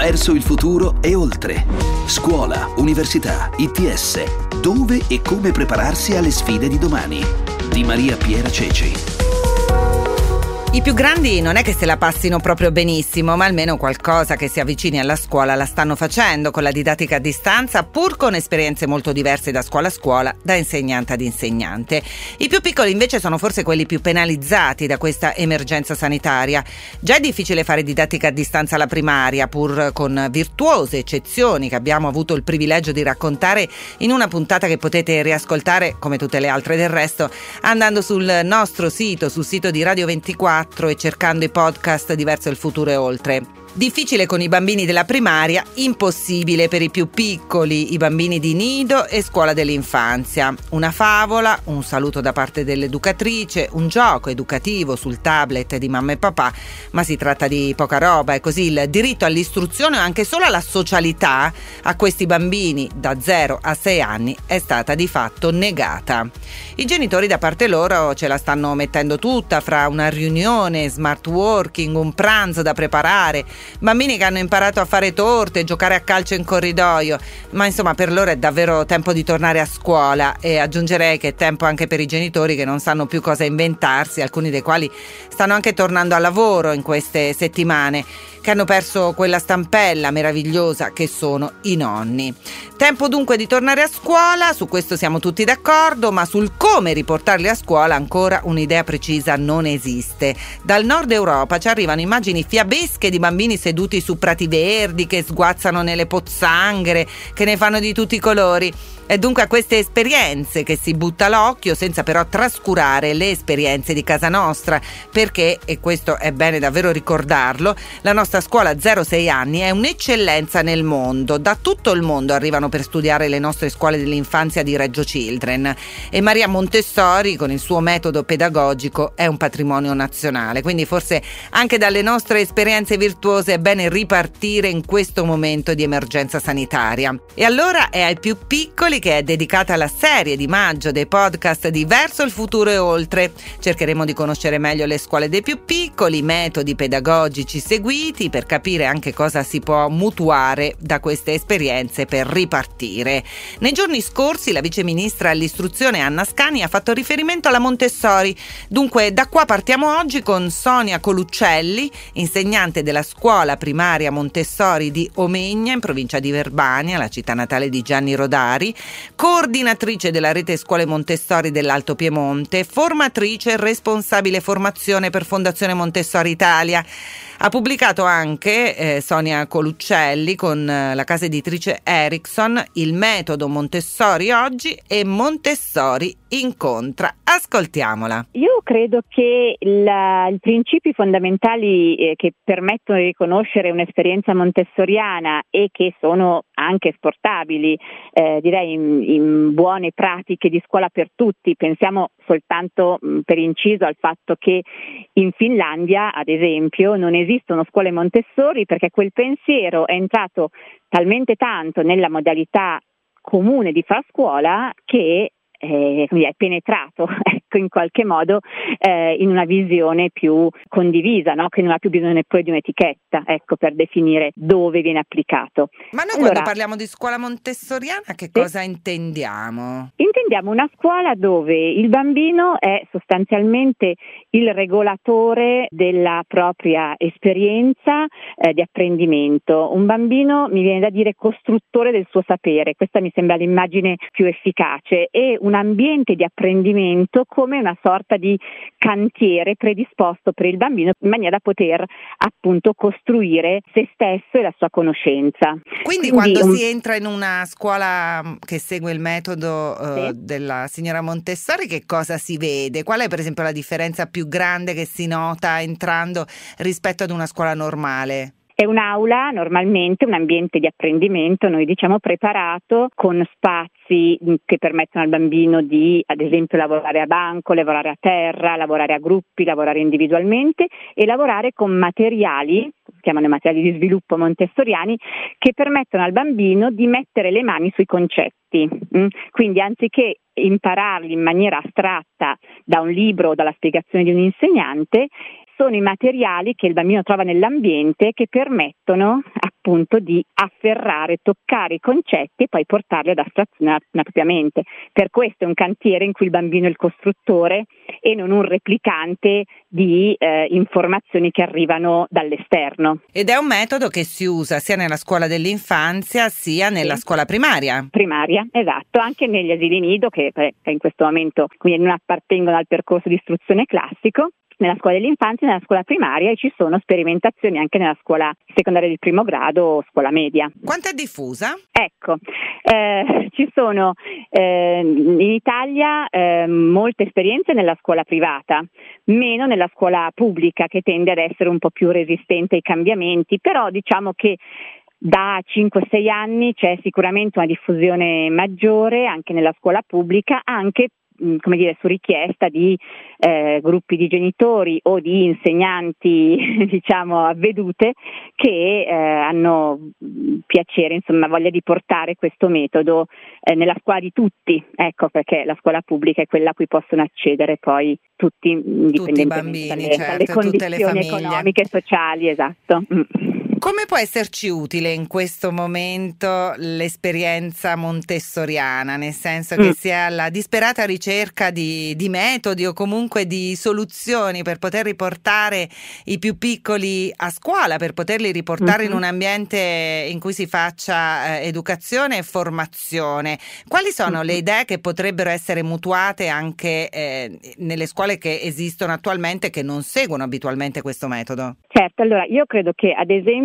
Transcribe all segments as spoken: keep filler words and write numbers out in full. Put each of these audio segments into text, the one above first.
verso il futuro e oltre. Scuola, università, I T S. Dove e come prepararsi alle sfide di domani. Di Maria Piera Ceci. I più grandi non è che se la passino proprio benissimo, ma almeno qualcosa che si avvicini alla scuola la stanno facendo con la didattica a distanza, pur con esperienze molto diverse da scuola a scuola, da insegnante ad insegnante. I più piccoli invece sono forse quelli più penalizzati da questa emergenza sanitaria. Già è difficile fare didattica a distanza alla primaria, pur con virtuose eccezioni che abbiamo avuto il privilegio di raccontare in una puntata che potete riascoltare, come tutte le altre del resto, andando sul nostro sito, sul sito di Radio ventiquattro, e cercando i podcast di Verso il futuro e oltre. Difficile con i bambini della primaria, impossibile per i più piccoli, i bambini di nido e scuola dell'infanzia. Una favola, un saluto da parte dell'educatrice, un gioco educativo sul tablet di mamma e papà, ma si tratta di poca roba e così il diritto all'istruzione o anche solo alla socialità a questi bambini da zero a sei anni è stata di fatto negata. I genitori da parte loro ce la stanno mettendo tutta fra una riunione, smart working, un pranzo da preparare, bambini che hanno imparato a fare torte, giocare a calcio in corridoio, ma insomma per loro è davvero tempo di tornare a scuola, e aggiungerei che è tempo anche per i genitori che non sanno più cosa inventarsi, alcuni dei quali stanno anche tornando al lavoro in queste settimane, che hanno perso quella stampella meravigliosa che sono i nonni. Tempo dunque di tornare a scuola, su questo siamo tutti d'accordo, ma sul come riportarli a scuola ancora un'idea precisa non esiste. Dal nord Europa ci arrivano immagini fiabesche di bambini seduti su prati verdi che sguazzano nelle pozzanghere, che ne fanno di tutti i colori. È dunque a queste esperienze che si butta l'occhio, senza però trascurare le esperienze di casa nostra, perché, e questo è bene davvero ricordarlo, la nostra scuola zero sei anni è un'eccellenza nel mondo. Da tutto il mondo arrivano per studiare le nostre scuole dell'infanzia di Reggio Children, e Maria Montessori con il suo metodo pedagogico è un patrimonio nazionale, quindi forse anche dalle nostre esperienze virtuose è bene ripartire in questo momento di emergenza sanitaria. E allora è ai più piccoli che è dedicata la serie di maggio dei podcast di Verso il futuro e oltre. Cercheremo di conoscere meglio le scuole dei più piccoli, i metodi pedagogici seguiti per capire anche cosa si può mutuare da queste esperienze per ripartire. Nei giorni scorsi la viceministra all'istruzione Anna Ascani ha fatto riferimento alla Montessori. Dunque da qua partiamo oggi con Sonia Coluccelli, insegnante della scuola primaria Montessori di Omegna in provincia di Verbania, la città natale di Gianni Rodari, coordinatrice della rete scuole Montessori dell'Alto Piemonte, formatrice e responsabile formazione per Fondazione Montessori Italia. Ha pubblicato anche eh, Sonia Coluccelli con eh, la casa editrice Erickson il metodo Montessori oggi e Montessori incontra. Ascoltiamola. Io credo che la, i principi fondamentali eh, che permettono di riconoscere un'esperienza montessoriana e che sono anche esportabili, eh, direi in, in buone pratiche di scuola per tutti. Pensiamo soltanto mh, per inciso al fatto che in Finlandia, ad esempio, non esistono scuole Montessori perché quel pensiero è entrato talmente tanto nella modalità comune di far scuola che Eh, quindi è penetrato ecco in qualche modo eh, in una visione più condivisa, no? Che non ha più bisogno neppure di un'etichetta, ecco, per definire dove viene applicato. Ma noi allora, quando parliamo di scuola montessoriana che sì, cosa intendiamo? Intendiamo una scuola dove il bambino è sostanzialmente il regolatore della propria esperienza eh, di apprendimento. Un bambino, mi viene da dire, costruttore del suo sapere. Questa mi sembra l'immagine più efficace, e un ambiente di apprendimento come una sorta di cantiere predisposto per il bambino in maniera da poter appunto costruire se stesso e la sua conoscenza. Quindi, Quindi quando un... si entra in una scuola che segue il metodo uh, sì. della signora Montessori, che cosa si vede? Qual è per esempio la differenza più grande che si nota entrando rispetto ad una scuola normale? È un'aula, normalmente un ambiente di apprendimento, noi diciamo preparato, con spazi che permettono al bambino di, ad esempio, lavorare a banco, lavorare a terra, lavorare a gruppi, lavorare individualmente e lavorare con materiali, si chiamano materiali di sviluppo montessoriani, che permettono al bambino di mettere le mani sui concetti. Quindi anziché impararli in maniera astratta da un libro o dalla spiegazione di un insegnante, sono i materiali che il bambino trova nell'ambiente che permettono appunto di afferrare, toccare i concetti e poi portarli ad astrazione nella propria mente. Per questo è un cantiere in cui il bambino è il costruttore e non un replicante di eh, informazioni che arrivano dall'esterno. Ed è un metodo che si usa sia nella scuola dell'infanzia sia nella sì. scuola primaria. Primaria, esatto, anche negli asili nido che, che in questo momento quindi non appartengono al percorso di istruzione classico. Nella scuola dell'infanzia e nella scuola primaria, e ci sono sperimentazioni anche nella scuola secondaria di primo grado o scuola media. Quanto è diffusa? Ecco, eh, ci sono eh, in Italia eh, molte esperienze nella scuola privata, meno nella scuola pubblica, che tende ad essere un po' più resistente ai cambiamenti, però diciamo che da cinque sei anni c'è sicuramente una diffusione maggiore anche nella scuola pubblica, anche come dire, su richiesta di eh, gruppi di genitori o di insegnanti diciamo avvedute che eh, hanno piacere, insomma voglia di portare questo metodo eh, nella scuola di tutti, ecco, perché la scuola pubblica è quella a cui possono accedere poi tutti, indipendentemente tutti i bambini, dalle, certo, dalle condizioni economiche e sociali, esatto. Mm. Come può esserci utile in questo momento l'esperienza montessoriana, nel senso che mm. si è alla disperata ricerca di, di metodi o comunque di soluzioni per poter riportare i più piccoli a scuola, per poterli riportare mm-hmm. in un ambiente in cui si faccia eh, educazione e formazione? Quali sono mm-hmm. le idee che potrebbero essere mutuate anche eh, nelle scuole che esistono attualmente, che non seguono abitualmente questo metodo? Certo, allora io credo che ad esempio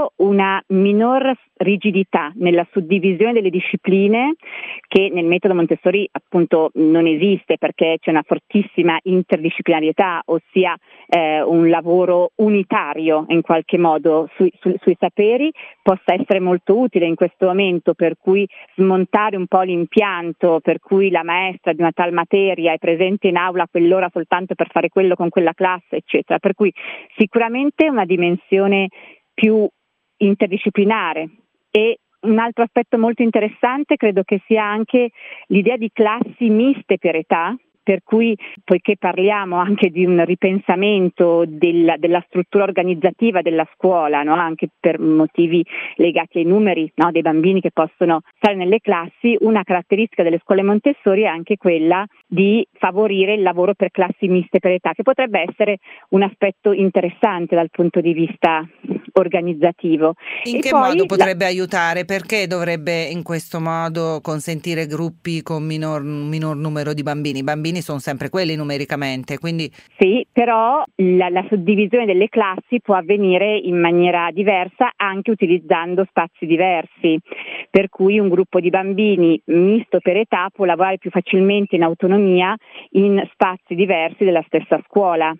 una minor rigidità nella suddivisione delle discipline, che nel metodo Montessori appunto non esiste perché c'è una fortissima interdisciplinarietà, ossia eh, un lavoro unitario in qualche modo sui, su, sui saperi, possa essere molto utile in questo momento, per cui smontare un po' l'impianto per cui la maestra di una tal materia è presente in aula a quell'ora soltanto per fare quello con quella classe, eccetera. Per cui sicuramente una dimensione più interdisciplinare. E un altro aspetto molto interessante credo che sia anche l'idea di classi miste per età, per cui, poiché parliamo anche di un ripensamento della, della struttura organizzativa della scuola, no? Anche per motivi legati ai numeri, no? dei bambini che possono stare nelle classi, una caratteristica delle scuole Montessori è anche quella di favorire il lavoro per classi miste per età, che potrebbe essere un aspetto interessante dal punto di vista organizzativo. In e che poi modo potrebbe la... aiutare? Perché dovrebbe in questo modo consentire gruppi con minor, minor numero di bambini? I bambini sono sempre quelli numericamente, quindi... Sì, però la, la suddivisione delle classi può avvenire in maniera diversa anche utilizzando spazi diversi, per cui un gruppo di bambini misto per età può lavorare più facilmente in autonomia in spazi diversi della stessa scuola,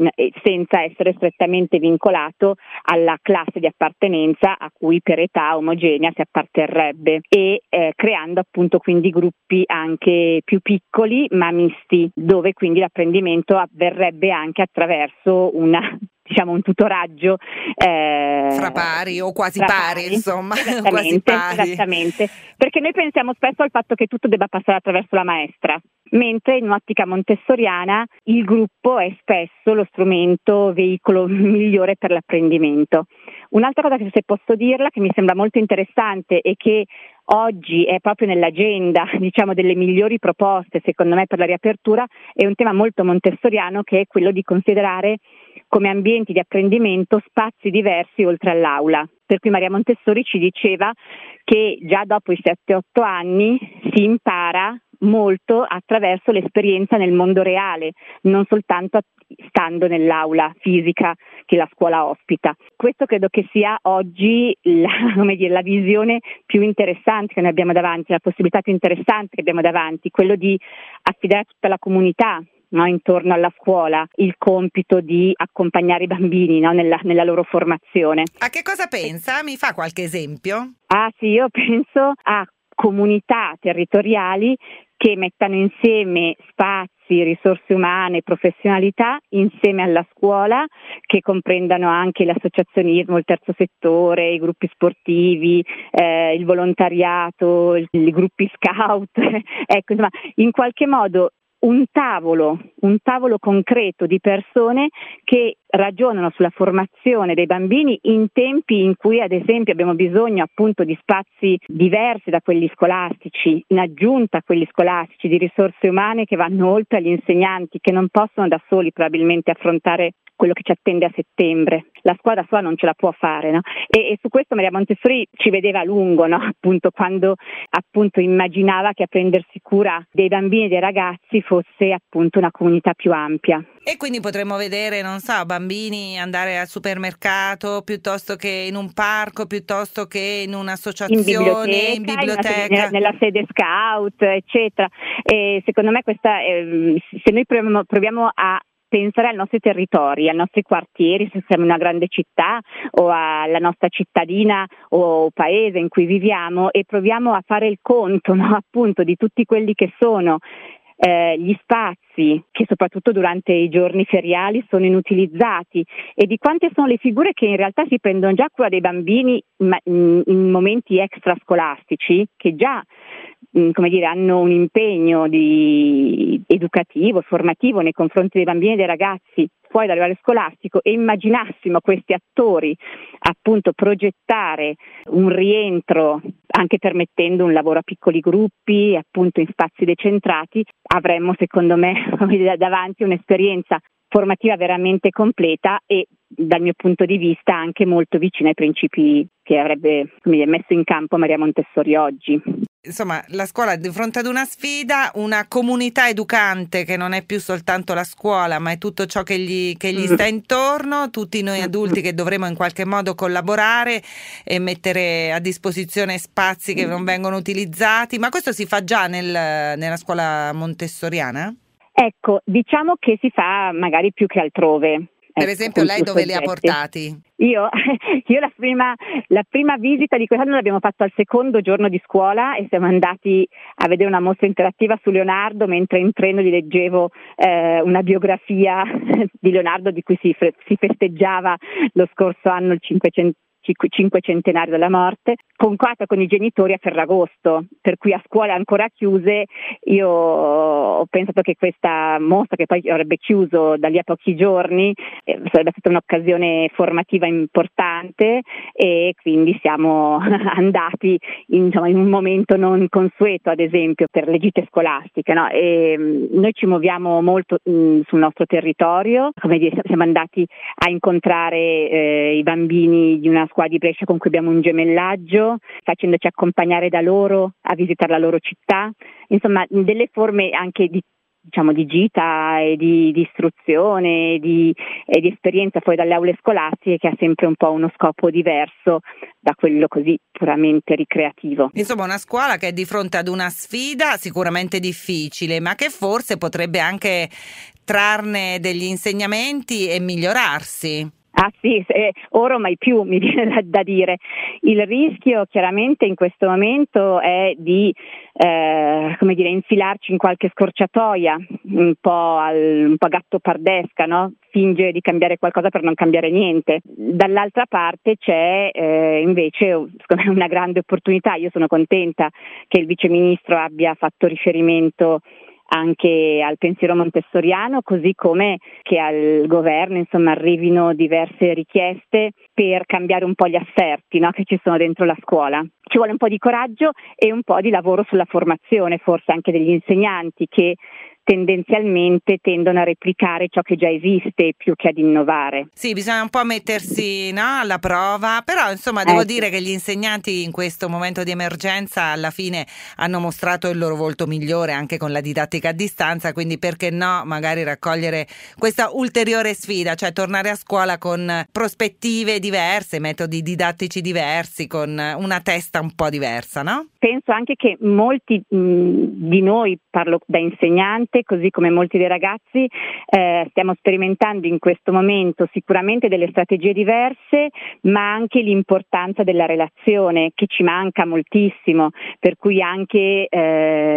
senza essere strettamente vincolato alla classe di appartenenza a cui per età omogenea si apparterrebbe, e eh, creando appunto quindi gruppi anche più piccoli ma misti, dove quindi l'apprendimento avverrebbe anche attraverso una diciamo un tutoraggio eh, fra pari o quasi pari, pari, insomma, esattamente, quasi pari. Esattamente, perché noi pensiamo spesso al fatto che tutto debba passare attraverso la maestra, mentre in un'ottica montessoriana il gruppo è spesso lo strumento, veicolo migliore per l'apprendimento. Un'altra cosa che, se posso dirla, che mi sembra molto interessante e che oggi è proprio nell'agenda, diciamo, delle migliori proposte secondo me per la riapertura, è un tema molto montessoriano, che è quello di considerare come ambienti di apprendimento spazi diversi oltre all'aula. Per cui Maria Montessori ci diceva che già dopo i sette otto anni si impara molto attraverso l'esperienza nel mondo reale, non soltanto stando nell'aula fisica che la scuola ospita. Questo credo che sia oggi la, come dire, la visione più interessante che noi abbiamo davanti, la possibilità più interessante che abbiamo davanti, quello di affidare a tutta la comunità, no, intorno alla scuola, il compito di accompagnare i bambini, no, nella, nella loro formazione. A che cosa pensa? Mi fa qualche esempio? Ah sì, io penso a comunità territoriali che mettano insieme spazi, risorse umane, professionalità insieme alla scuola, che comprendano anche l'associazionismo, il terzo settore, i gruppi sportivi, eh, il volontariato, il, i gruppi scout, ecco, insomma, in qualche modo un tavolo, un tavolo concreto di persone che ragionano sulla formazione dei bambini in tempi in cui, ad esempio, abbiamo bisogno appunto di spazi diversi da quelli scolastici, in aggiunta a quelli scolastici, di risorse umane che vanno oltre agli insegnanti, che non possono da soli probabilmente affrontare quello che ci attende a settembre. La scuola da sola non ce la può fare, no? E, e su questo Maria Montessori ci vedeva a lungo, no? Appunto quando appunto immaginava che a prendersi cura dei bambini e dei ragazzi fosse appunto una comunità più ampia. E quindi potremmo vedere, non so, bambini andare al supermercato piuttosto che in un parco, piuttosto che in un'associazione, in biblioteca, in biblioteca. In nella sede scout, eccetera. E secondo me questa, eh, se noi proviamo, proviamo a pensare ai nostri territori, ai nostri quartieri, se siamo in una grande città o alla nostra cittadina o paese in cui viviamo, e proviamo a fare il conto, no? Appunto di tutti quelli che sono eh, gli spazi che soprattutto durante i giorni feriali sono inutilizzati, e di quante sono le figure che in realtà si prendono già cura dei bambini in, in, in momenti extrascolastici, che già come dire, hanno un impegno di educativo, formativo nei confronti dei bambini e dei ragazzi fuori dal livello scolastico, e immaginassimo questi attori appunto progettare un rientro anche permettendo un lavoro a piccoli gruppi, appunto in spazi decentrati, avremmo secondo me davanti un'esperienza formativa veramente completa e dal mio punto di vista anche molto vicina ai principi che avrebbe, come dire, messo in campo Maria Montessori oggi. Insomma, la scuola è di fronte ad una sfida, una comunità educante che non è più soltanto la scuola, ma è tutto ciò che gli, che gli sta intorno, tutti noi adulti che dovremo in qualche modo collaborare e mettere a disposizione spazi che non vengono utilizzati. Ma questo si fa già nel, nella scuola montessoriana? Ecco, diciamo che si fa magari più che altrove. Per esempio, lei dove li ha portati? Io, io la prima, la prima visita di quest'anno l'abbiamo fatto al secondo giorno di scuola e siamo andati a vedere una mostra interattiva su Leonardo, mentre in treno gli leggevo eh, una biografia di Leonardo di cui si, si festeggiava lo scorso anno il cinquecento cinquecentenario della morte, concordato con i genitori a Ferragosto, per cui a scuole ancora chiuse. Io ho pensato che questa mostra, che poi avrebbe chiuso da lì a pochi giorni, eh, sarebbe stata un'occasione formativa importante, e quindi siamo andati in, insomma, in un momento non consueto, ad esempio per le gite scolastiche, no? E, mh, noi ci muoviamo molto mh, sul nostro territorio, come dire, siamo andati a incontrare eh, i bambini di una scuola di Brescia con cui abbiamo un gemellaggio, facendoci accompagnare da loro a visitare la loro città, insomma delle forme anche di, diciamo, di gita e di, di istruzione e di, e di esperienza fuori dalle aule scolastiche, che ha sempre un po' uno scopo diverso da quello così puramente ricreativo. Insomma, una scuola che è di fronte ad una sfida sicuramente difficile, ma che forse potrebbe anche trarne degli insegnamenti e migliorarsi. Ah sì, eh, ora o mai più, mi viene da, da dire. Il rischio chiaramente in questo momento è di eh, come dire, infilarci in qualche scorciatoia, un po' al, un po' gattopardesca, no? Fingere di cambiare qualcosa per non cambiare niente. Dall'altra parte c'è eh, invece una grande opportunità. Io sono contenta che il Vice Ministro abbia fatto riferimento anche al pensiero montessoriano, così come che al governo insomma arrivino diverse richieste per cambiare un po' gli asserti, no, che ci sono dentro la scuola. Ci vuole un po' di coraggio e un po' di lavoro sulla formazione, forse anche degli insegnanti, che tendenzialmente tendono a replicare ciò che già esiste più che ad innovare. Sì, bisogna un po' mettersi, no, alla prova, però insomma devo ecco. dire che gli insegnanti in questo momento di emergenza alla fine hanno mostrato il loro volto migliore anche con la didattica a distanza, quindi perché no magari raccogliere questa ulteriore sfida, cioè tornare a scuola con prospettive diverse, metodi didattici diversi, con una testa un po' diversa, no? Penso anche che molti mh, di noi, parlo da insegnante, così come molti dei ragazzi, eh, stiamo sperimentando in questo momento sicuramente delle strategie diverse, ma anche l'importanza della relazione, che ci manca moltissimo, per cui anche eh, chi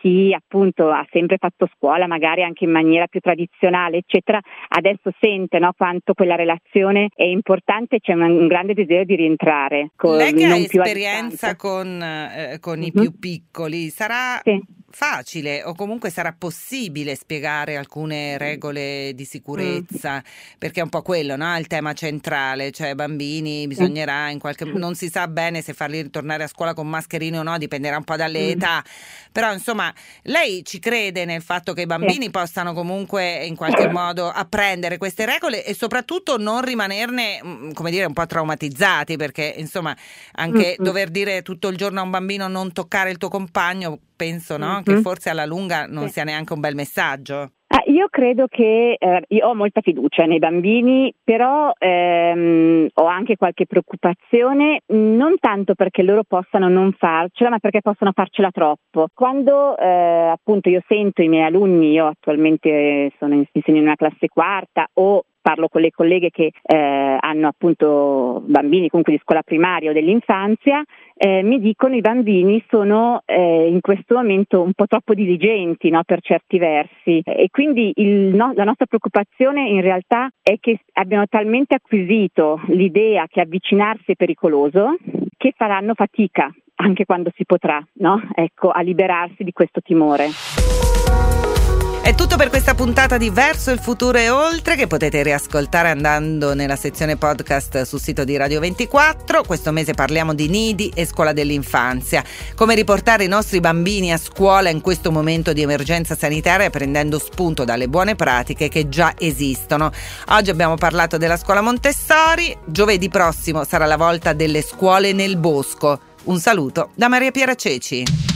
chi appunto ha sempre fatto scuola magari anche in maniera più tradizionale eccetera, adesso sente, no, quanto quella relazione è importante, c'è un, un grande desiderio di rientrare. Con, Lei che non ha più esperienza con, eh, con uh-huh. i più piccoli, sarà sì. facile o comunque sarà possibile spiegare alcune regole di sicurezza? Mm. Perché è un po' quello, no? Il tema centrale, cioè bambini bisognerà in qualche non si sa bene se farli ritornare a scuola con mascherine o no, dipenderà un po' dalle mm. età, però insomma lei ci crede nel fatto che i bambini sì. possano comunque in qualche modo apprendere queste regole e soprattutto non rimanerne, come dire, un po' traumatizzati, perché insomma anche mm. dover dire tutto il giorno a un bambino non toccare il tuo compagno, penso, no? Mm-hmm. Che forse alla lunga non sì. sia neanche un bel messaggio. Ah, io credo che eh, io ho molta fiducia nei bambini, però ehm, ho anche qualche preoccupazione, non tanto perché loro possano non farcela, ma perché possono farcela troppo. Quando eh, appunto io sento i miei alunni, io attualmente sono in, insegno in una classe quarta o parlo con le colleghe che eh, hanno appunto bambini comunque di scuola primaria o dell'infanzia, eh, mi dicono i bambini sono eh, in questo momento un po' troppo diligenti, no, per certi versi, e quindi il, no, la nostra preoccupazione in realtà è che abbiano talmente acquisito l'idea che avvicinarsi è pericoloso che faranno fatica anche quando si potrà, no? Ecco, a liberarsi di questo timore. È tutto per questa puntata di Verso il futuro e oltre, che potete riascoltare andando nella sezione podcast sul sito di Radio ventiquattro. Questo mese parliamo di nidi e scuola dell'infanzia, come riportare i nostri bambini a scuola in questo momento di emergenza sanitaria prendendo spunto dalle buone pratiche che già esistono. Oggi abbiamo parlato della scuola Montessori, giovedì prossimo sarà la volta delle scuole nel bosco. Un saluto da Maria Piera Ceci.